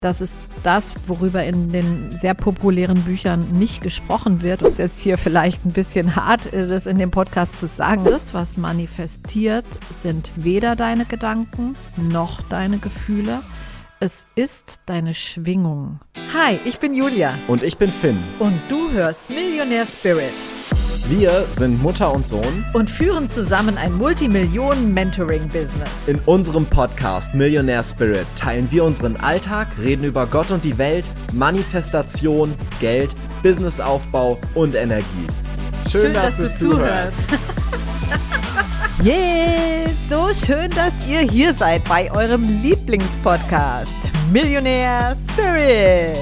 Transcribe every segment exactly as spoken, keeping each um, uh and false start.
Das ist das, worüber in den sehr populären Büchern nicht gesprochen wird. Und jetzt hier vielleicht ein bisschen hart, das in dem Podcast zu sagen. Das, was manifestiert, sind weder deine Gedanken noch deine Gefühle. Es ist deine Schwingung. Hi, ich bin Julia. Und ich bin Finn. Und du hörst Millionaire Spirit. Wir sind Mutter und Sohn und führen zusammen ein Multimillionen-Mentoring-Business. In unserem Podcast Millionaire Spirit teilen wir unseren Alltag, reden über Gott und die Welt, Manifestation, Geld, Businessaufbau und Energie. Schön, schön dass, dass du zuhörst. Yeah, so schön, dass ihr hier seid bei eurem Lieblingspodcast Millionaire Spirit.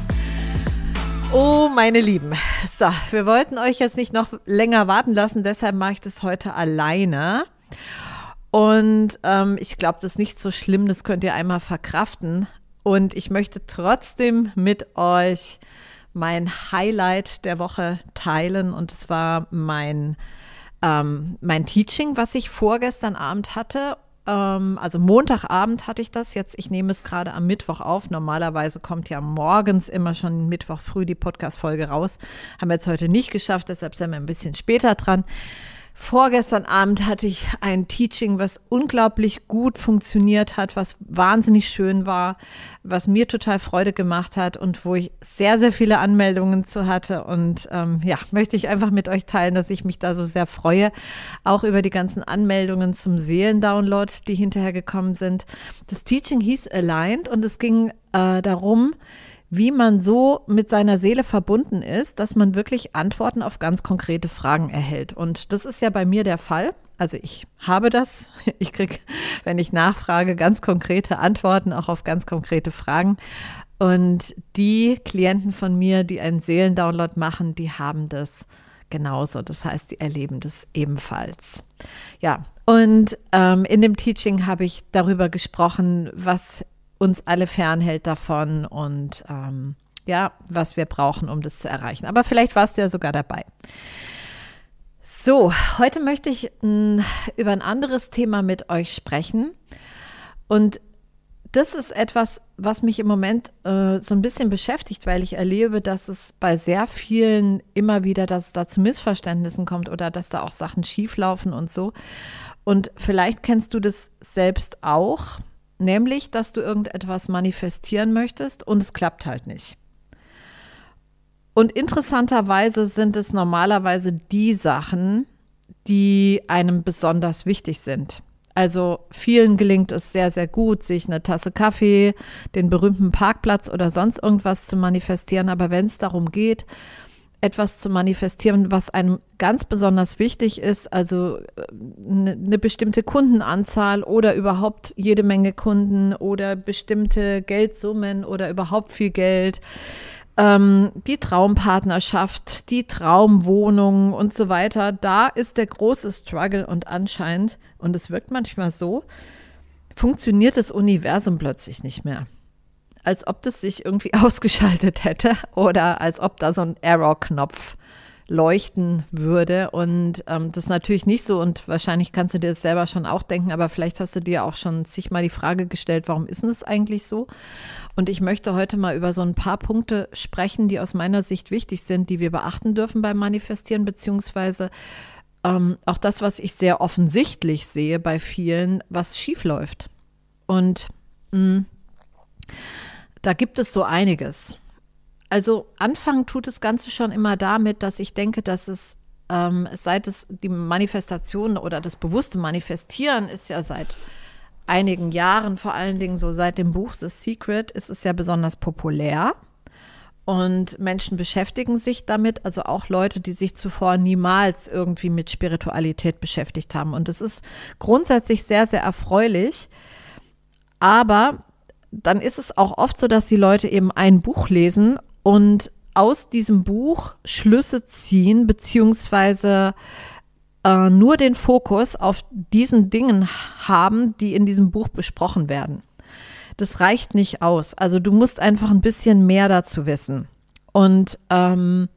Oh, meine Lieben. So, wir wollten euch jetzt nicht noch länger warten lassen, deshalb mache ich das heute alleine. Und ähm, ich glaube, das ist nicht so schlimm, das könnt ihr einmal verkraften. Und ich möchte trotzdem mit euch mein Highlight der Woche teilen. Und es war mein, ähm, mein Teaching, was ich vorgestern Abend hatte. Also Montagabend hatte ich das, jetzt ich nehme es gerade am Mittwoch auf. Normalerweise kommt ja morgens immer schon Mittwoch früh die Podcast-Folge raus. Haben wir jetzt heute nicht geschafft, deshalb sind wir ein bisschen später dran. Vorgestern Abend hatte ich ein Teaching, was unglaublich gut funktioniert hat, was wahnsinnig schön war, was mir total Freude gemacht hat und wo ich sehr, sehr viele Anmeldungen zu hatte. Und ähm, ja, möchte ich einfach mit euch teilen, dass ich mich da so sehr freue, auch über die ganzen Anmeldungen zum Seelendownload, die hinterher gekommen sind. Das Teaching hieß Aligned und es ging äh, darum, wie man so mit seiner Seele verbunden ist, dass man wirklich Antworten auf ganz konkrete Fragen erhält. Und das ist ja bei mir der Fall. Also ich habe das. Ich kriege, wenn ich nachfrage, ganz konkrete Antworten auch auf ganz konkrete Fragen. Und die Klienten von mir, die einen Seelendownload machen, die haben das genauso. Das heißt, die erleben das ebenfalls. Ja, und ähm, in dem Teaching habe ich darüber gesprochen, was uns alle fernhält davon und ähm, ja, was wir brauchen, um das zu erreichen. Aber vielleicht warst du ja sogar dabei. So, heute möchte ich mh, über ein anderes Thema mit euch sprechen. Und das ist etwas, was mich im Moment äh, so ein bisschen beschäftigt, weil ich erlebe, dass es bei sehr vielen immer wieder, dass es da zu Missverständnissen kommt oder dass da auch Sachen schieflaufen und so. Und vielleicht kennst du das selbst auch. Nämlich, dass du irgendetwas manifestieren möchtest und es klappt halt nicht. Und interessanterweise sind es normalerweise die Sachen, die einem besonders wichtig sind. Also vielen gelingt es sehr, sehr gut, sich eine Tasse Kaffee, den berühmten Parkplatz oder sonst irgendwas zu manifestieren. Aber wenn es darum geht, etwas zu manifestieren, was einem ganz besonders wichtig ist, also eine, eine bestimmte Kundenanzahl oder überhaupt jede Menge Kunden oder bestimmte Geldsummen oder überhaupt viel Geld, ähm, die Traumpartnerschaft, die Traumwohnung und so weiter, da ist der große Struggle und anscheinend, und es wirkt manchmal so, funktioniert das Universum plötzlich nicht mehr. Als ob das sich irgendwie ausgeschaltet hätte oder als ob da so ein Error-Knopf leuchten würde. Und ähm, das ist natürlich nicht so und wahrscheinlich kannst du dir das selber schon auch denken, aber vielleicht hast du dir auch schon zigmal die Frage gestellt, warum ist denn das eigentlich so? Und ich möchte heute mal über so ein paar Punkte sprechen, die aus meiner Sicht wichtig sind, die wir beachten dürfen beim Manifestieren, beziehungsweise ähm, auch das, was ich sehr offensichtlich sehe bei vielen, was schief läuft. Und mh, da gibt es so einiges. Also anfangen tut das Ganze schon immer damit, dass ich denke, dass es, ähm, seit es die Manifestation oder das bewusste Manifestieren ist ja seit einigen Jahren, vor allen Dingen so seit dem Buch The Secret, ist es ja besonders populär. Und Menschen beschäftigen sich damit, also auch Leute, die sich zuvor niemals irgendwie mit Spiritualität beschäftigt haben. Und das ist grundsätzlich sehr, sehr erfreulich. Aber dann ist es auch oft so, dass die Leute eben ein Buch lesen und aus diesem Buch Schlüsse ziehen, beziehungsweise äh, nur den Fokus auf diesen Dingen haben, die in diesem Buch besprochen werden. Das reicht nicht aus. Also du musst einfach ein bisschen mehr dazu wissen. Und ähm,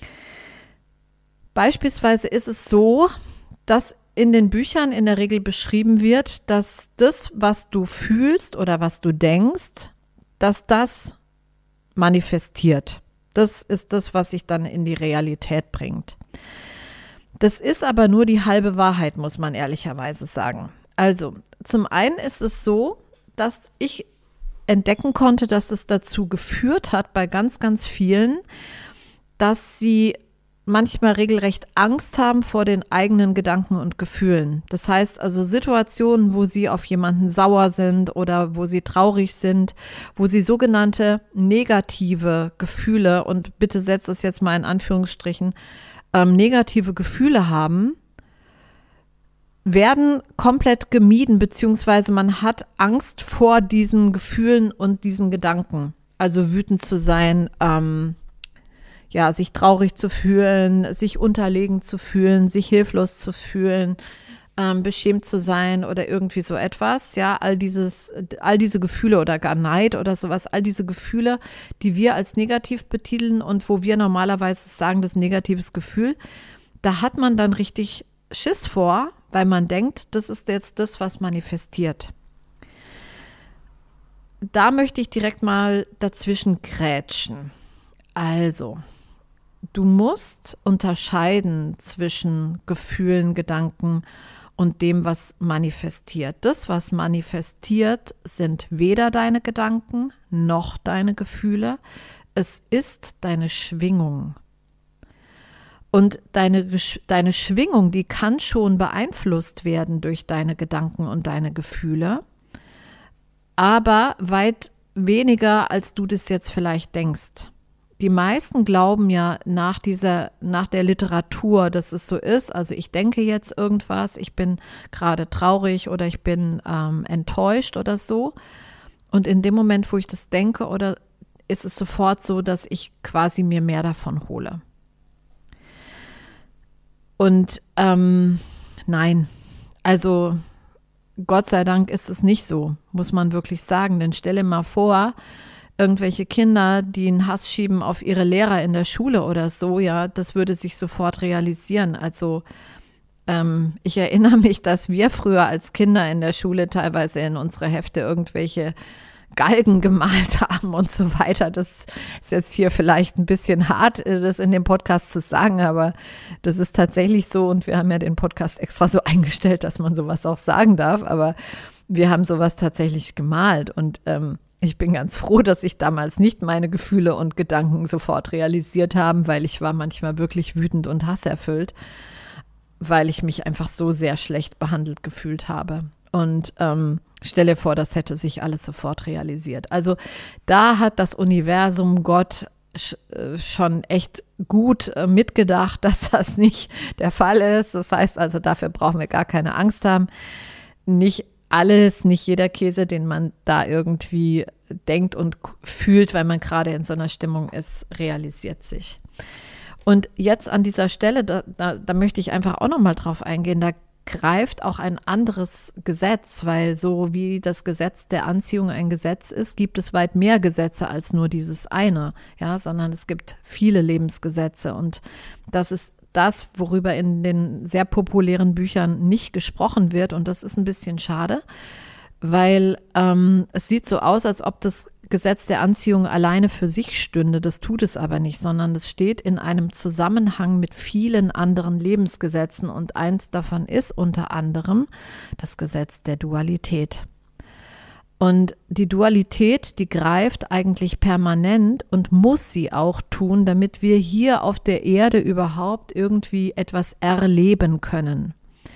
beispielsweise ist es so, dass in den Büchern in der Regel beschrieben wird, dass das, was du fühlst oder was du denkst, dass das manifestiert. Das ist das, was sich dann in die Realität bringt. Das ist aber nur die halbe Wahrheit, muss man ehrlicherweise sagen. Also, zum einen ist es so, dass ich entdecken konnte, dass es dazu geführt hat bei ganz, ganz vielen, dass sie manchmal regelrecht Angst haben vor den eigenen Gedanken und Gefühlen. Das heißt also Situationen, wo sie auf jemanden sauer sind oder wo sie traurig sind, wo sie sogenannte negative Gefühle, und bitte setzt es jetzt mal in Anführungsstrichen, ähm, negative Gefühle haben, werden komplett gemieden, beziehungsweise man hat Angst vor diesen Gefühlen und diesen Gedanken. Also wütend zu sein, ähm, ja, sich traurig zu fühlen, sich unterlegen zu fühlen, sich hilflos zu fühlen, ähm, beschämt zu sein oder irgendwie so etwas. Ja, all dieses, all diese Gefühle oder gar Neid oder sowas, all diese Gefühle, die wir als negativ betiteln und wo wir normalerweise sagen, das ist ein negatives Gefühl, da hat man dann richtig Schiss vor, weil man denkt, das ist jetzt das, was manifestiert. Da möchte ich direkt mal dazwischen grätschen. Also, du musst unterscheiden zwischen Gefühlen, Gedanken und dem, was manifestiert. Das, was manifestiert, sind weder deine Gedanken noch deine Gefühle. Es ist deine Schwingung. Und deine, deine Schwingung, die kann schon beeinflusst werden durch deine Gedanken und deine Gefühle, aber weit weniger, als du das jetzt vielleicht denkst. Die meisten glauben ja nach dieser, nach der Literatur, dass es so ist. Also ich denke jetzt irgendwas, ich bin gerade traurig oder ich bin ähm, enttäuscht oder so. Und in dem Moment, wo ich das denke, oder ist es sofort so, dass ich quasi mir mehr davon hole. Und ähm, nein, also Gott sei Dank ist es nicht so, muss man wirklich sagen. Denn stelle mal vor, irgendwelche Kinder, die einen Hass schieben auf ihre Lehrer in der Schule oder so, ja, das würde sich sofort realisieren. Also ähm, ich erinnere mich, dass wir früher als Kinder in der Schule teilweise in unsere Hefte irgendwelche Galgen gemalt haben und so weiter. Das ist jetzt hier vielleicht ein bisschen hart, das in dem Podcast zu sagen, aber das ist tatsächlich so, und wir haben ja den Podcast extra so eingestellt, dass man sowas auch sagen darf, aber wir haben sowas tatsächlich gemalt, und ähm, ich bin ganz froh, dass ich damals nicht meine Gefühle und Gedanken sofort realisiert haben, weil ich war manchmal wirklich wütend und hasserfüllt, weil ich mich einfach so sehr schlecht behandelt gefühlt habe. Und ähm, stelle vor, das hätte sich alles sofort realisiert. Also da hat das Universum, Gott sch, äh, schon echt gut äh, mitgedacht, dass das nicht der Fall ist. Das heißt also, dafür brauchen wir gar keine Angst haben. Nicht alles, nicht jeder Käse, den man da irgendwie denkt und fühlt, weil man gerade in so einer Stimmung ist, realisiert sich. Und jetzt an dieser Stelle, da, da, da möchte ich einfach auch nochmal drauf eingehen, da greift auch ein anderes Gesetz, weil so wie das Gesetz der Anziehung ein Gesetz ist, gibt es weit mehr Gesetze als nur dieses eine, ja, sondern es gibt viele Lebensgesetze, und das ist das, worüber in den sehr populären Büchern nicht gesprochen wird, und das ist ein bisschen schade, weil ähm, es sieht so aus, als ob das Gesetz der Anziehung alleine für sich stünde. Das tut es aber nicht, sondern es steht in einem Zusammenhang mit vielen anderen Lebensgesetzen, und eins davon ist unter anderem das Gesetz der Dualität. Und die Dualität, die greift eigentlich permanent und muss sie auch tun, damit wir hier auf der Erde überhaupt irgendwie etwas erleben können.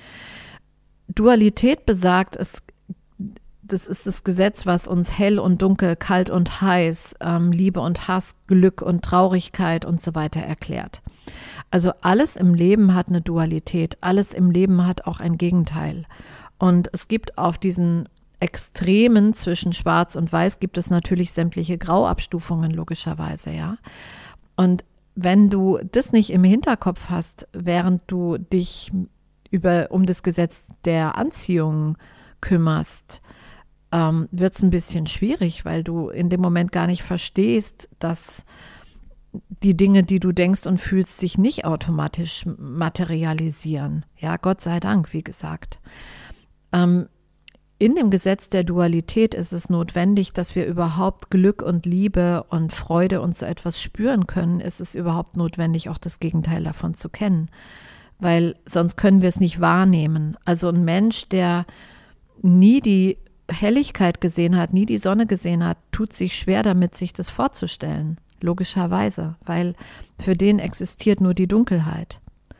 Dualität besagt, es Das ist das Gesetz, was uns hell und dunkel, kalt und heiß, ähm, Liebe und Hass, Glück und Traurigkeit und so weiter erklärt. Also alles im Leben hat eine Dualität, alles im Leben hat auch ein Gegenteil. Und es gibt auf diesen Extremen zwischen Schwarz und Weiß gibt es natürlich sämtliche Grauabstufungen, logischerweise, ja. Und wenn du das nicht im Hinterkopf hast, während du dich über, um das Gesetz der Anziehung kümmerst, ähm, wird es ein bisschen schwierig, weil du in dem Moment gar nicht verstehst, dass die Dinge, die du denkst und fühlst, sich nicht automatisch materialisieren. Ja, Gott sei Dank, wie gesagt. Ähm, in dem Gesetz der Dualität ist es notwendig, dass wir überhaupt Glück und Liebe und Freude und so etwas spüren können, ist es überhaupt notwendig, auch das Gegenteil davon zu kennen. Weil sonst können wir es nicht wahrnehmen. Also ein Mensch, der nie die Helligkeit gesehen hat, nie die Sonne gesehen hat, tut sich schwer damit, sich das vorzustellen. Logischerweise, weil für den existiert nur die Dunkelheit.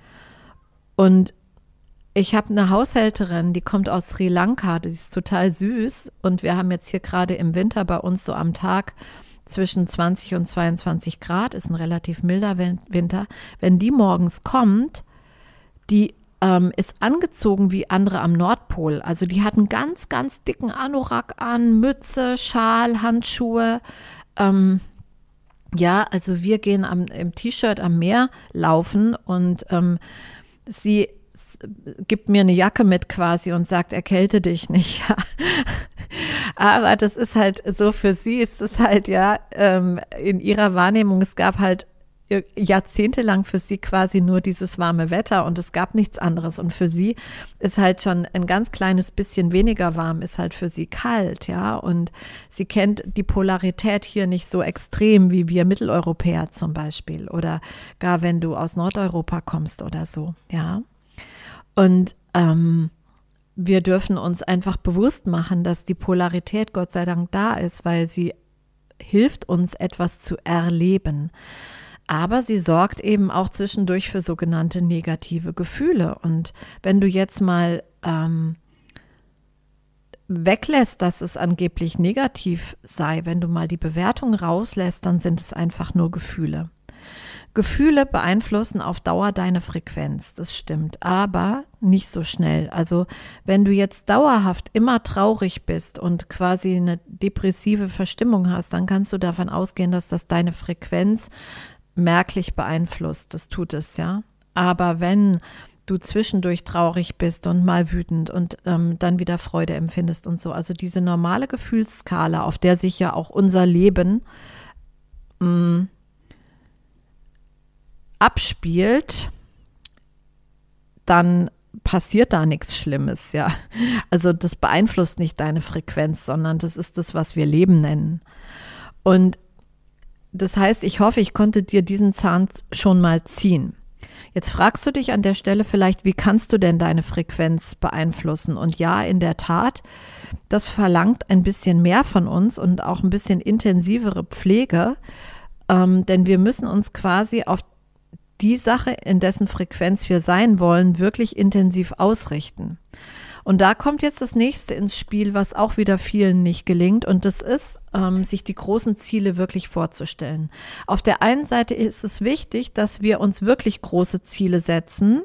Und ich habe eine Haushälterin, die kommt aus Sri Lanka, die ist total süß und wir haben jetzt hier gerade im Winter bei uns so am Tag zwischen zwanzig und zweiundzwanzig Grad, ist ein relativ milder Winter. Wenn die morgens kommt, die ähm, ist angezogen wie andere am Nordpol. Also die hat einen ganz, ganz dicken Anorak an, Mütze, Schal, Handschuhe. Ähm, ja, also wir gehen am, im T-Shirt am Meer laufen und ähm, sie gibt mir eine Jacke mit quasi und sagt, erkälte dich nicht. Aber das ist halt so, für sie ist es halt ja ähm, in ihrer Wahrnehmung, es gab halt jahrzehntelang für sie quasi nur dieses warme Wetter und es gab nichts anderes. Und für sie ist halt schon ein ganz kleines bisschen weniger warm, ist halt für sie kalt, ja. Und sie kennt die Polarität hier nicht so extrem wie wir Mitteleuropäer zum Beispiel oder gar wenn du aus Nordeuropa kommst oder so, ja. Und ähm, wir dürfen uns einfach bewusst machen, dass die Polarität Gott sei Dank da ist, weil sie hilft uns, etwas zu erleben. Aber sie sorgt eben auch zwischendurch für sogenannte negative Gefühle. Und wenn du jetzt mal ähm, weglässt, dass es angeblich negativ sei, wenn du mal die Bewertung rauslässt, dann sind es einfach nur Gefühle. Gefühle beeinflussen auf Dauer deine Frequenz, das stimmt, aber nicht so schnell. Also wenn du jetzt dauerhaft immer traurig bist und quasi eine depressive Verstimmung hast, dann kannst du davon ausgehen, dass das deine Frequenz merklich beeinflusst. Das tut es, ja. Aber wenn du zwischendurch traurig bist und mal wütend und ähm, dann wieder Freude empfindest und so, also diese normale Gefühlsskala, auf der sich ja auch unser Leben mh, abspielt, dann passiert da nichts Schlimmes, ja. Also das beeinflusst nicht deine Frequenz, sondern das ist das, was wir Leben nennen. Und das heißt, ich hoffe, ich konnte dir diesen Zahn schon mal ziehen. Jetzt fragst du dich an der Stelle vielleicht, wie kannst du denn deine Frequenz beeinflussen? Und ja, in der Tat, das verlangt ein bisschen mehr von uns und auch ein bisschen intensivere Pflege, ähm, denn wir müssen uns quasi auf die Sache, in dessen Frequenz wir sein wollen, wirklich intensiv ausrichten. Und da kommt jetzt das Nächste ins Spiel, was auch wieder vielen nicht gelingt. Und das ist, ähm, sich die großen Ziele wirklich vorzustellen. Auf der einen Seite ist es wichtig, dass wir uns wirklich große Ziele setzen,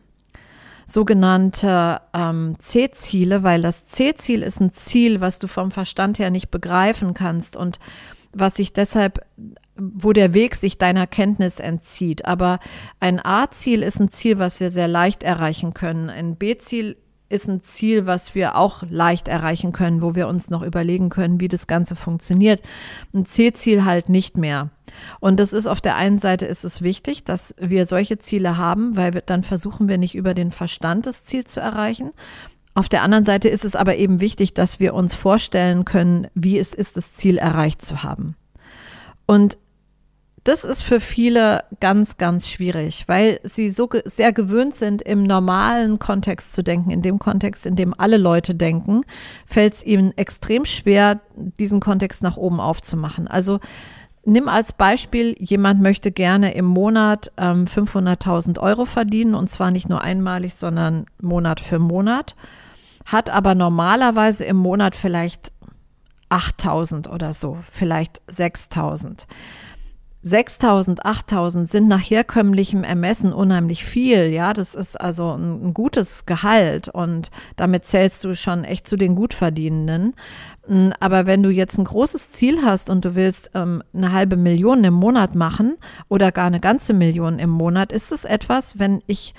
sogenannte ähm, C-Ziele, weil das C-Ziel ist ein Ziel, was du vom Verstand her nicht begreifen kannst und was sich deshalb, wo der Weg sich deiner Kenntnis entzieht. Aber ein A-Ziel ist ein Ziel, was wir sehr leicht erreichen können. Ein B-Ziel ist ein Ziel, was wir auch leicht erreichen können, wo wir uns noch überlegen können, wie das Ganze funktioniert. Ein C-Ziel halt nicht mehr. Und das ist, auf der einen Seite ist es wichtig, dass wir solche Ziele haben, weil wir, dann versuchen wir nicht über den Verstand das Ziel zu erreichen. Auf der anderen Seite ist es aber eben wichtig, dass wir uns vorstellen können, wie es ist, das Ziel erreicht zu haben. Und das ist für viele ganz, ganz schwierig, weil sie so ge- sehr gewöhnt sind, im normalen Kontext zu denken, in dem Kontext, in dem alle Leute denken, fällt es ihnen extrem schwer, diesen Kontext nach oben aufzumachen. Also nimm als Beispiel, jemand möchte gerne im Monat ähm, fünfhunderttausend Euro verdienen und zwar nicht nur einmalig, sondern Monat für Monat, hat aber normalerweise im Monat vielleicht achttausend oder so, vielleicht sechstausend. sechstausend, achttausend sind nach herkömmlichem Ermessen unheimlich viel, ja, das ist also ein, ein gutes Gehalt und damit zählst du schon echt zu den Gutverdienenden. Aber wenn du jetzt ein großes Ziel hast und du willst ähm, eine halbe Million im Monat machen oder gar eine ganze Million im Monat, ist es etwas, wenn ich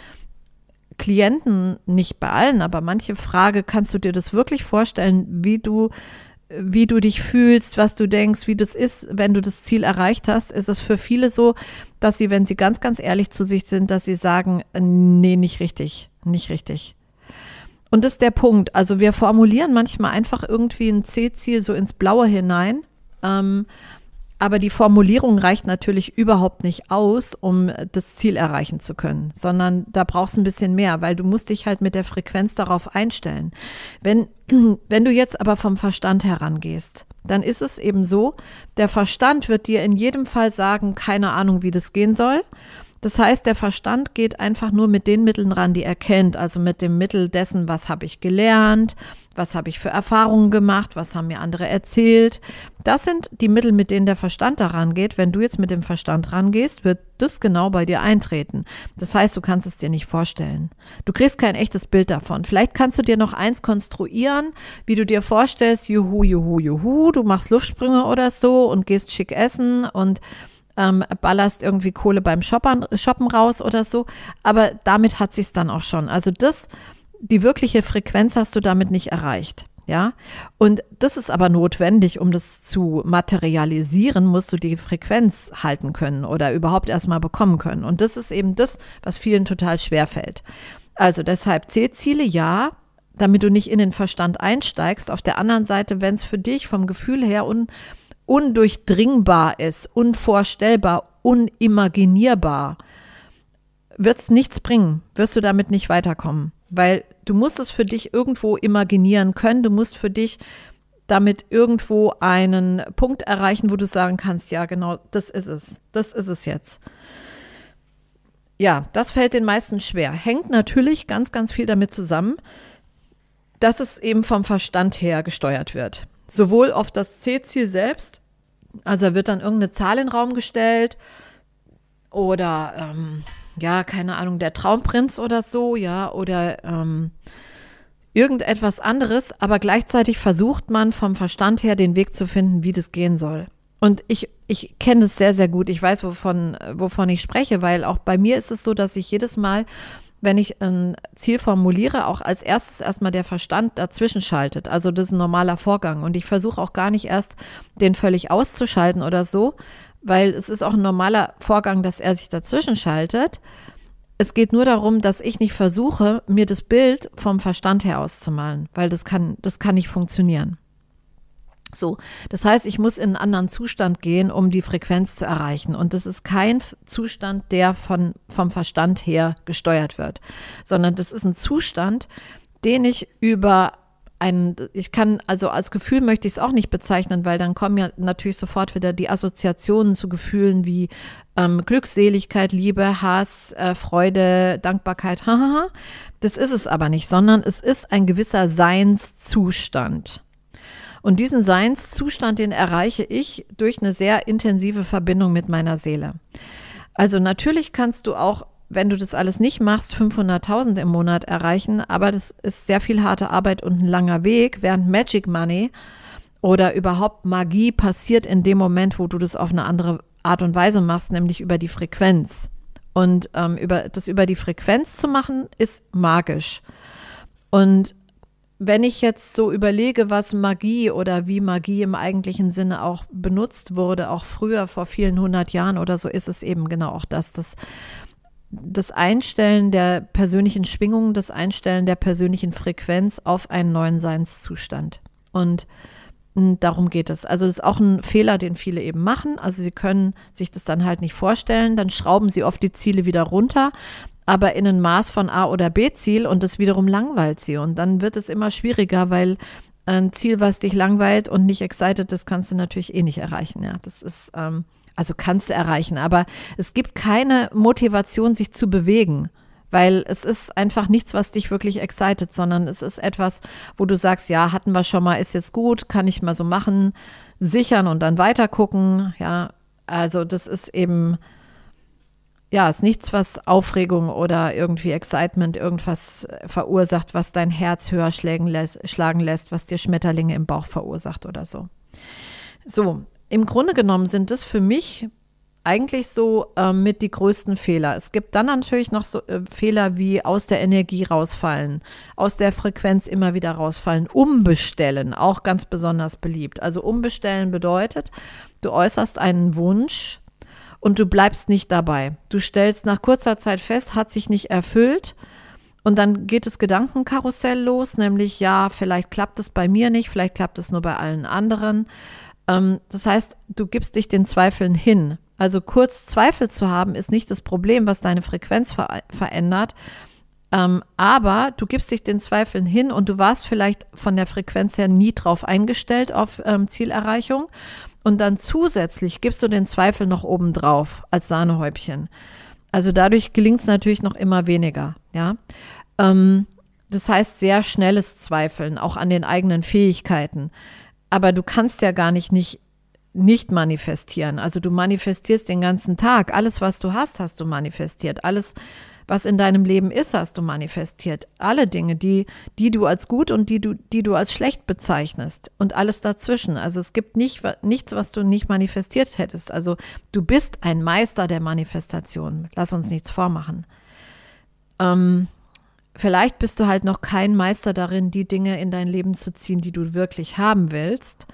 Klienten, nicht bei allen, aber manche frage, kannst du dir das wirklich vorstellen, wie du wie du dich fühlst, was du denkst, wie das ist, wenn du das Ziel erreicht hast, ist es für viele so, dass sie, wenn sie ganz, ganz ehrlich zu sich sind, dass sie sagen, nee, nicht richtig, nicht richtig. Und das ist der Punkt. Also wir formulieren manchmal einfach irgendwie ein C-Ziel so ins Blaue hinein. Ähm, aber die Formulierung reicht natürlich überhaupt nicht aus, um das Ziel erreichen zu können, sondern da brauchst du ein bisschen mehr, weil du musst dich halt mit der Frequenz darauf einstellen. Wenn, wenn du jetzt aber vom Verstand herangehst, dann ist es eben so, der Verstand wird dir in jedem Fall sagen, keine Ahnung, wie das gehen soll. Das heißt, der Verstand geht einfach nur mit den Mitteln ran, die er kennt, also mit dem Mittel dessen, was habe ich gelernt, was habe ich für Erfahrungen gemacht, was haben mir andere erzählt. Das sind die Mittel, mit denen der Verstand da rangeht. Wenn du jetzt mit dem Verstand rangehst, wird das genau bei dir eintreten. Das heißt, du kannst es dir nicht vorstellen. Du kriegst kein echtes Bild davon. Vielleicht kannst du dir noch eins konstruieren, wie du dir vorstellst, juhu, juhu, juhu, du machst Luftsprünge oder so und gehst schick essen und Ähm, ballerst irgendwie Kohle beim Shoppern, Shoppen raus oder so, aber damit hat sich's dann auch schon. Also das, die wirkliche Frequenz hast du damit nicht erreicht, ja. Und das ist aber notwendig, um das zu materialisieren, musst du die Frequenz halten können oder überhaupt erstmal bekommen können. Und das ist eben das, was vielen total schwer fällt. Also deshalb C-Ziele, ja, damit du nicht in den Verstand einsteigst. Auf der anderen Seite, wenn es für dich vom Gefühl her un undurchdringbar ist, unvorstellbar, unimaginierbar, wird es nichts bringen, wirst du damit nicht weiterkommen, weil du musst es für dich irgendwo imaginieren können, du musst für dich damit irgendwo einen Punkt erreichen, wo du sagen kannst, ja genau, das ist es, das ist es jetzt. Ja, das fällt den meisten schwer, hängt natürlich ganz, ganz viel damit zusammen, dass es eben vom Verstand her gesteuert wird. Sowohl auf das C-Ziel selbst, also wird dann irgendeine Zahl in den Raum gestellt oder, ähm, ja, keine Ahnung, der Traumprinz oder so, ja, oder ähm, irgendetwas anderes, aber gleichzeitig versucht man vom Verstand her den Weg zu finden, wie das gehen soll. Und ich, ich kenne es sehr, sehr gut. Ich weiß, wovon, wovon ich spreche, weil auch bei mir ist es so, dass ich jedes Mal, wenn ich ein Ziel formuliere, auch als erstes erstmal der Verstand dazwischen schaltet. Also das ist ein normaler Vorgang. Und ich versuche auch gar nicht erst, den völlig auszuschalten oder so, weil es ist auch ein normaler Vorgang, dass er sich dazwischen schaltet. Es geht nur darum, dass ich nicht versuche, mir das Bild vom Verstand her auszumalen, weil das kann, das kann nicht funktionieren. So, das heißt, ich muss in einen anderen Zustand gehen, um die Frequenz zu erreichen. Und das ist kein Zustand, der von, vom Verstand her gesteuert wird, sondern das ist ein Zustand, den ich über einen, ich kann, also als Gefühl möchte ich es auch nicht bezeichnen, weil dann kommen ja natürlich sofort wieder die Assoziationen zu Gefühlen wie ähm, Glückseligkeit, Liebe, Hass, äh, Freude, Dankbarkeit, hahaha. Das ist es aber nicht, sondern es ist ein gewisser Seinszustand. Und diesen Seinszustand, den erreiche ich durch eine sehr intensive Verbindung mit meiner Seele. Also natürlich kannst du auch, wenn du das alles nicht machst, fünfhunderttausend im Monat erreichen, aber das ist sehr viel harte Arbeit und ein langer Weg, während Magic Money oder überhaupt Magie passiert in dem Moment, wo du das auf eine andere Art und Weise machst, nämlich über die Frequenz. Und ähm, über, das über die Frequenz zu machen, ist magisch. Und wenn ich jetzt so überlege, was Magie oder wie Magie im eigentlichen Sinne auch benutzt wurde, auch früher vor vielen hundert Jahren oder so, ist es eben genau auch das, das, das Einstellen der persönlichen Schwingung, das Einstellen der persönlichen Frequenz auf einen neuen Seinszustand. Und darum geht es. Also das ist auch ein Fehler, den viele eben machen. Also sie können sich das dann halt nicht vorstellen, dann schrauben sie oft die Ziele wieder runter, aber in ein Maß von A- oder B-Ziel und das wiederum langweilt sie. Und dann wird es immer schwieriger, weil ein Ziel, was dich langweilt und nicht excited ist, kannst du natürlich eh nicht erreichen. Ja, das ist, ähm, also kannst du erreichen, aber es gibt keine Motivation, sich zu bewegen, weil es ist einfach nichts, was dich wirklich excited, sondern es ist etwas, wo du sagst, ja, hatten wir schon mal, ist jetzt gut, kann ich mal so machen, sichern und dann weiter gucken. Ja, also das ist eben, ja, ist nichts, was Aufregung oder irgendwie Excitement, irgendwas verursacht, was dein Herz höher schlagen lässt, schlagen lässt, was dir Schmetterlinge im Bauch verursacht oder so. So, im Grunde genommen sind das für mich eigentlich so äh, mit die größten Fehler. Es gibt dann natürlich noch so äh, Fehler wie aus der Energie rausfallen, aus der Frequenz immer wieder rausfallen, umbestellen, auch ganz besonders beliebt. Also umbestellen bedeutet, du äußerst einen Wunsch, und du bleibst nicht dabei. Du stellst nach kurzer Zeit fest, hat sich nicht erfüllt Und dann geht das Gedankenkarussell los, nämlich ja, vielleicht klappt es bei mir nicht, vielleicht klappt es nur bei allen anderen. Ähm, das heißt, du gibst dich den Zweifeln hin. Also kurz Zweifel zu haben, ist nicht das Problem, was deine Frequenz ver- verändert. Ähm, aber du gibst dich den Zweifeln hin und du warst vielleicht von der Frequenz her nie drauf eingestellt auf ähm, Zielerreichung. Und dann zusätzlich gibst du den Zweifel noch oben drauf als Sahnehäubchen. Also dadurch gelingt es natürlich noch immer weniger, ja. Ähm, das heißt sehr schnelles Zweifeln, auch an den eigenen Fähigkeiten. Aber du kannst ja gar nicht nicht, nicht manifestieren. Also du manifestierst den ganzen Tag. Alles, was du hast, hast du manifestiert. Alles, was in deinem Leben ist, hast du manifestiert. Alle Dinge, die, die du als gut und die du, die du als schlecht bezeichnest und alles dazwischen. Also es gibt nicht, nichts, was du nicht manifestiert hättest. Also du bist ein Meister der Manifestation. Lass uns nichts vormachen. Ähm, vielleicht bist du halt noch kein Meister darin, die Dinge in dein Leben zu ziehen, die du wirklich haben willst.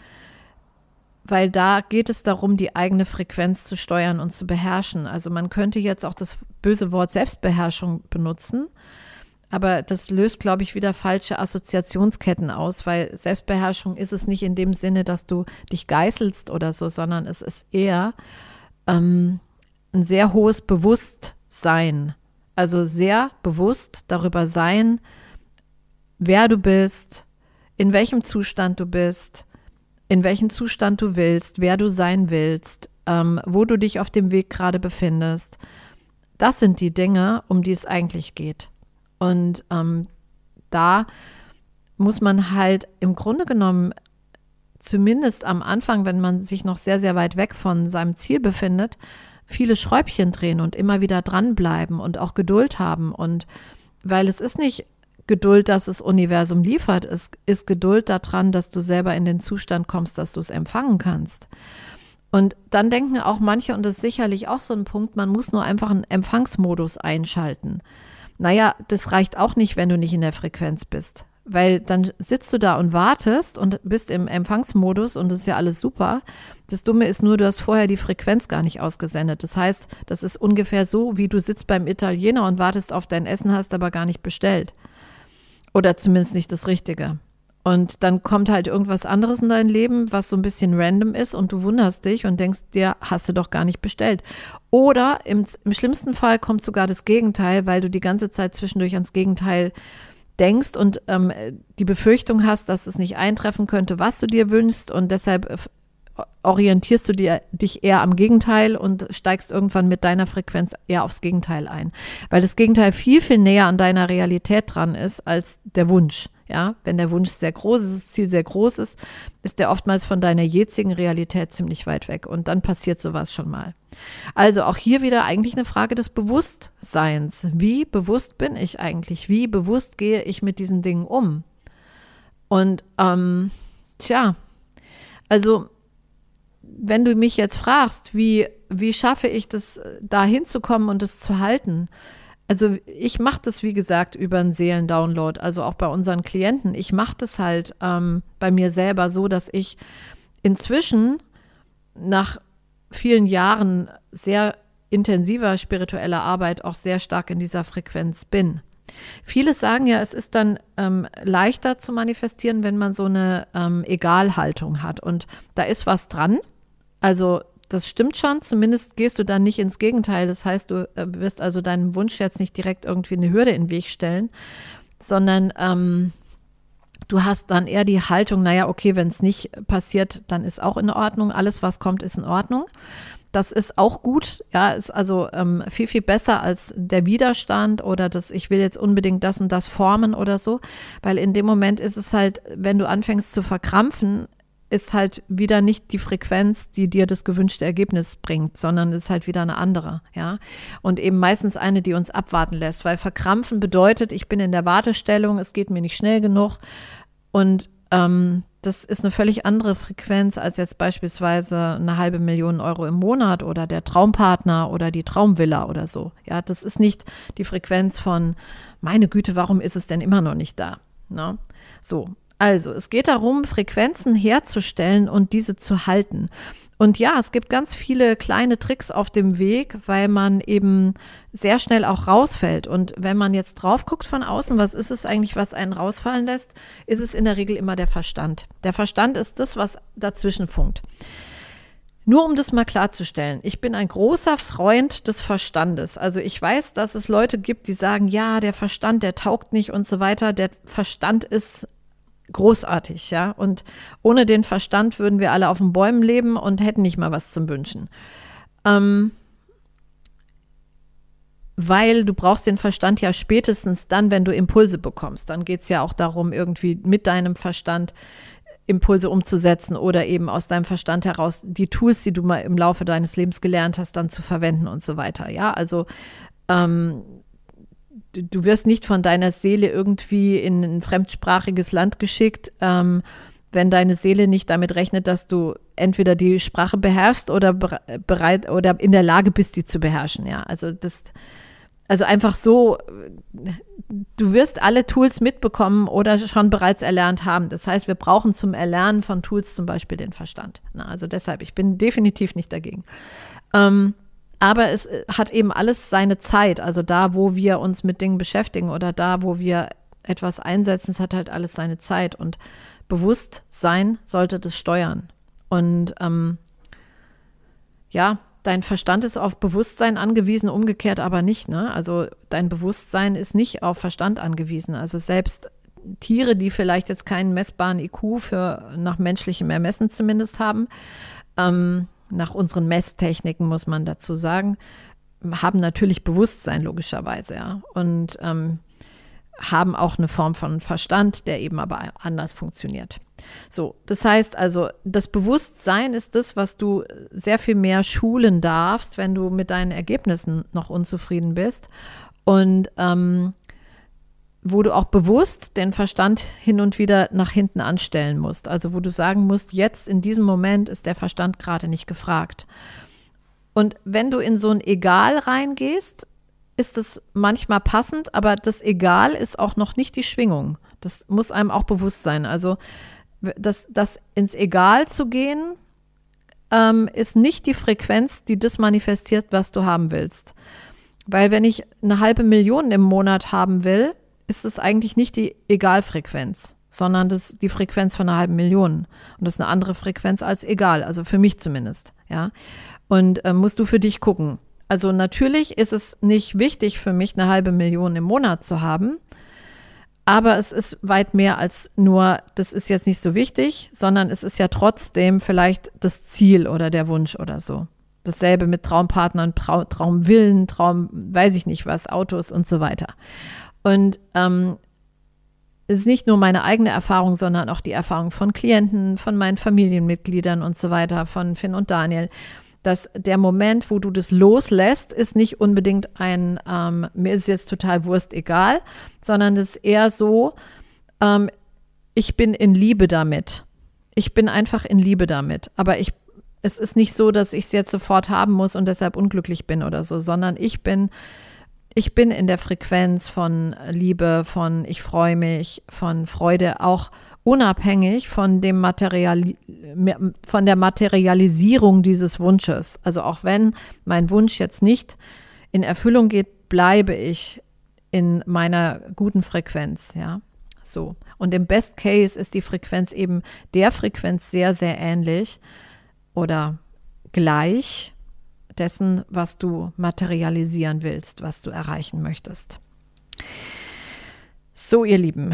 Weil da geht es darum, die eigene Frequenz zu steuern und zu beherrschen. Also man könnte jetzt auch das böse Wort Selbstbeherrschung benutzen, aber das löst, glaube ich, wieder falsche Assoziationsketten aus, weil Selbstbeherrschung ist es nicht in dem Sinne, dass du dich geißelst oder so, sondern es ist eher ähm, ein sehr hohes Bewusstsein. Also sehr bewusst darüber sein, wer du bist, in welchem Zustand du bist, in welchem Zustand du willst, wer du sein willst, ähm, wo du dich auf dem Weg gerade befindest. Das sind die Dinge, um die es eigentlich geht. Und ähm, da muss man halt im Grunde genommen, zumindest am Anfang, wenn man sich noch sehr, sehr weit weg von seinem Ziel befindet, viele Schräubchen drehen und immer wieder dranbleiben und auch Geduld haben. Und weil es ist nicht Geduld, dass das Universum liefert, es ist Geduld daran, dass du selber in den Zustand kommst, dass du es empfangen kannst. Und dann denken auch manche, und das ist sicherlich auch so ein Punkt, man muss nur einfach einen Empfangsmodus einschalten. Naja, das reicht auch nicht, wenn du nicht in der Frequenz bist, weil dann sitzt du da und wartest und bist im Empfangsmodus und das ist ja alles super. Das Dumme ist nur, du hast vorher die Frequenz gar nicht ausgesendet. Das heißt, das ist ungefähr so, wie du sitzt beim Italiener und wartest auf dein Essen, hast aber gar nicht bestellt. Oder zumindest nicht das Richtige. Und dann kommt halt irgendwas anderes in dein Leben, was so ein bisschen random ist und du wunderst dich und denkst dir, hast du doch gar nicht bestellt. Oder im, im schlimmsten Fall kommt sogar das Gegenteil, weil du die ganze Zeit zwischendurch ans Gegenteil denkst und ähm, die Befürchtung hast, dass es nicht eintreffen könnte, was du dir wünschst und deshalb orientierst du dir, dich eher am Gegenteil und steigst irgendwann mit deiner Frequenz eher aufs Gegenteil ein. Weil das Gegenteil viel, viel näher an deiner Realität dran ist als der Wunsch. Ja, wenn der Wunsch sehr groß ist, das Ziel sehr groß ist, ist der oftmals von deiner jetzigen Realität ziemlich weit weg und dann passiert sowas schon mal. Also auch hier wieder eigentlich eine Frage des Bewusstseins. Wie bewusst bin ich eigentlich? Wie bewusst gehe ich mit diesen Dingen um? Und ähm, tja, also wenn du mich jetzt fragst, wie, wie schaffe ich das, da hinzukommen und das zu halten? Also ich mache das, wie gesagt, über einen Seelendownload, also auch bei unseren Klienten. Ich mache das halt ähm, bei mir selber so, dass ich inzwischen nach vielen Jahren sehr intensiver spiritueller Arbeit auch sehr stark in dieser Frequenz bin. Viele sagen ja, es ist dann ähm, leichter zu manifestieren, wenn man so eine ähm, Egalhaltung hat. Und da ist was dran. Also das stimmt schon, zumindest gehst du dann nicht ins Gegenteil. Das heißt, du äh, wirst also deinem Wunsch jetzt nicht direkt irgendwie eine Hürde in den Weg stellen, sondern ähm, du hast dann eher die Haltung, naja, okay, wenn es nicht passiert, dann ist auch in Ordnung. Alles, was kommt, ist in Ordnung. Das ist auch gut, ja, ist also ähm, viel, viel besser als der Widerstand oder das, ich will jetzt unbedingt das und das formen oder so, weil in dem Moment ist es halt, wenn du anfängst zu verkrampfen, ist halt wieder nicht die Frequenz, die dir das gewünschte Ergebnis bringt, sondern ist halt wieder eine andere, ja. Und eben meistens eine, die uns abwarten lässt, weil verkrampfen bedeutet, ich bin in der Wartestellung, es geht mir nicht schnell genug und ähm, das ist eine völlig andere Frequenz als jetzt beispielsweise eine halbe Million Euro im Monat oder der Traumpartner oder die Traumvilla oder so. Ja, das ist nicht die Frequenz von, meine Güte, warum ist es denn immer noch nicht da? Ne? So. Also, es geht darum, Frequenzen herzustellen und diese zu halten. Und ja, es gibt ganz viele kleine Tricks auf dem Weg, weil man eben sehr schnell auch rausfällt. Und wenn man jetzt drauf guckt von außen, was ist es eigentlich, was einen rausfallen lässt, ist es in der Regel immer der Verstand. Der Verstand ist das, was dazwischen funkt. Nur um das mal klarzustellen, ich bin ein großer Freund des Verstandes. Also ich weiß, dass es Leute gibt, die sagen, ja, der Verstand, der taugt nicht und so weiter. Der Verstand ist großartig, ja. Und ohne den Verstand würden wir alle auf den Bäumen leben und hätten nicht mal was zum Wünschen. Ähm, weil du brauchst den Verstand ja spätestens dann, wenn du Impulse bekommst. Dann geht es ja auch darum, irgendwie mit deinem Verstand Impulse umzusetzen oder eben aus deinem Verstand heraus die Tools, die du mal im Laufe deines Lebens gelernt hast, dann zu verwenden und so weiter. Ja, also ähm, du, du wirst nicht von deiner Seele irgendwie in ein fremdsprachiges Land geschickt, ähm, wenn deine Seele nicht damit rechnet, dass du entweder die Sprache beherrschst oder bereit oder in der Lage bist, die zu beherrschen. Ja, also das Also einfach so, du wirst alle Tools mitbekommen oder schon bereits erlernt haben. Das heißt, wir brauchen zum Erlernen von Tools zum Beispiel den Verstand. Na, also deshalb, ich bin definitiv nicht dagegen. Ähm, aber es hat eben alles seine Zeit. Also da, wo wir uns mit Dingen beschäftigen oder da, wo wir etwas einsetzen, es hat halt alles seine Zeit. Und Bewusstsein sollte das steuern. Und ähm, ja, dein Verstand ist auf Bewusstsein angewiesen, umgekehrt aber nicht, ne? Also dein Bewusstsein ist nicht auf Verstand angewiesen. Also selbst Tiere, die vielleicht jetzt keinen messbaren I Q für nach menschlichem Ermessen zumindest haben, ähm, nach unseren Messtechniken muss man dazu sagen, haben natürlich Bewusstsein logischerweise, ja. Und ähm, haben auch eine Form von Verstand, der eben aber anders funktioniert. So, das heißt also, das Bewusstsein ist das, was du sehr viel mehr schulen darfst, wenn du mit deinen Ergebnissen noch unzufrieden bist und ähm, wo du auch bewusst den Verstand hin und wieder nach hinten anstellen musst. Also wo du sagen musst, jetzt in diesem Moment ist der Verstand gerade nicht gefragt. Und wenn du in so ein Egal reingehst, ist es manchmal passend, aber das Egal ist auch noch nicht die Schwingung. Das muss einem auch bewusst sein. Also das, das ins Egal zu gehen, ähm, ist nicht die Frequenz, die das manifestiert, was du haben willst. Weil wenn ich eine halbe Million im Monat haben will, ist es eigentlich nicht die Egalfrequenz, sondern das ist die Frequenz von einer halben Million. Und das ist eine andere Frequenz als Egal, also für mich zumindest. Ja. Und äh, musst du für dich gucken. Also natürlich ist es nicht wichtig für mich, eine halbe Million im Monat zu haben, aber es ist weit mehr als nur, das ist jetzt nicht so wichtig, sondern es ist ja trotzdem vielleicht das Ziel oder der Wunsch oder so. Dasselbe mit Traumpartnern, Trau- Traumwillen, Traum, weiß ich nicht was, Autos und so weiter. Und ähm, es ist nicht nur meine eigene Erfahrung, sondern auch die Erfahrung von Klienten, von meinen Familienmitgliedern und so weiter, von Finn und Daniel, dass der Moment, wo du das loslässt, ist nicht unbedingt ein, ähm, mir ist jetzt total Wurst egal, sondern es ist eher so, ähm, ich bin in Liebe damit. Ich bin einfach in Liebe damit. Aber ich, es ist nicht so, dass ich es jetzt sofort haben muss und deshalb unglücklich bin oder so, sondern ich bin, ich bin in der Frequenz von Liebe, von ich freue mich, von Freude, auch unabhängig von dem Material, von der Materialisierung dieses Wunsches. Also auch wenn mein Wunsch jetzt nicht in Erfüllung geht, bleibe ich in meiner guten Frequenz, ja, so. Und im Best Case ist die Frequenz eben der Frequenz sehr, sehr ähnlich oder gleich dessen, was du materialisieren willst, was du erreichen möchtest. So, ihr Lieben.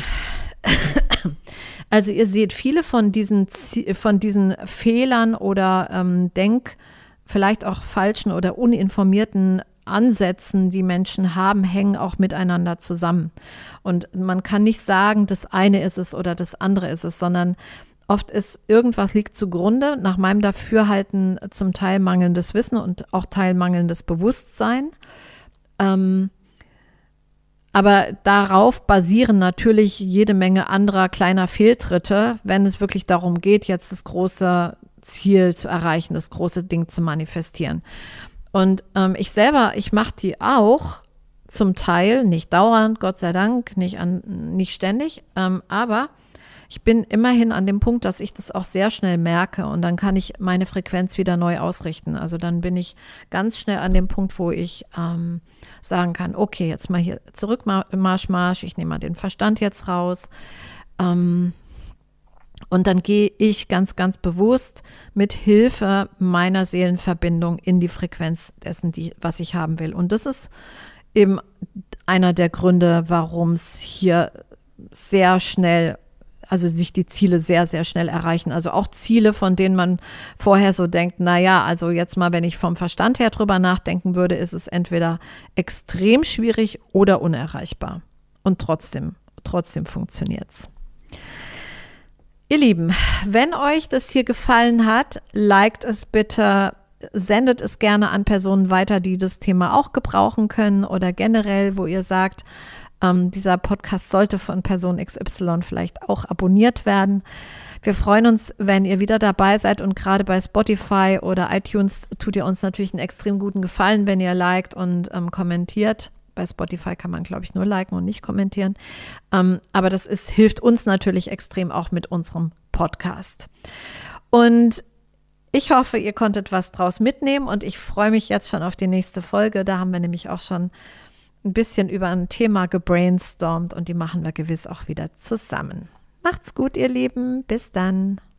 Also ihr seht viele von diesen, von diesen Fehlern oder ähm, Denk, vielleicht auch falschen oder uninformierten Ansätzen, die Menschen haben, hängen auch miteinander zusammen. Und man kann nicht sagen, das eine ist es oder das andere ist es, sondern oft ist irgendwas liegt zugrunde, nach meinem Dafürhalten zum Teil mangelndes Wissen und auch Teil mangelndes Bewusstsein. Ähm, Aber darauf basieren natürlich jede Menge anderer kleiner Fehltritte, wenn es wirklich darum geht, jetzt das große Ziel zu erreichen, das große Ding zu manifestieren. Und ähm, ich selber, ich mache die auch zum Teil, nicht dauernd, Gott sei Dank, nicht, an, nicht ständig, ähm, aber ich bin immerhin an dem Punkt, dass ich das auch sehr schnell merke und dann kann ich meine Frequenz wieder neu ausrichten. Also dann bin ich ganz schnell an dem Punkt, wo ich ähm, sagen kann, okay, jetzt mal hier zurück, Marsch, Marsch, ich nehme mal den Verstand jetzt raus. Ähm, und dann gehe ich ganz, ganz bewusst mit Hilfe meiner Seelenverbindung in die Frequenz dessen, die, was ich haben will. Und das ist eben einer der Gründe, warum es hier sehr schnell, also sich die Ziele sehr, sehr schnell erreichen. Also auch Ziele, von denen man vorher so denkt, naja, also jetzt mal, wenn ich vom Verstand her drüber nachdenken würde, ist es entweder extrem schwierig oder unerreichbar. Und trotzdem, trotzdem funktioniert's. Ihr Lieben, wenn euch das hier gefallen hat, liked es bitte, sendet es gerne an Personen weiter, die das Thema auch gebrauchen können oder generell, wo ihr sagt, ähm, dieser Podcast sollte von Person X Y vielleicht auch abonniert werden. Wir freuen uns, wenn ihr wieder dabei seid und gerade bei Spotify oder iTunes tut ihr uns natürlich einen extrem guten Gefallen, wenn ihr liked und ähm, kommentiert. Bei Spotify kann man, glaube ich, nur liken und nicht kommentieren. Ähm, aber das ist, hilft uns natürlich extrem auch mit unserem Podcast. Und ich hoffe, ihr konntet was draus mitnehmen und ich freue mich jetzt schon auf die nächste Folge. Da haben wir nämlich auch schon ein bisschen über ein Thema gebrainstormt und die machen wir gewiss auch wieder zusammen. Macht's gut, ihr Lieben. Bis dann.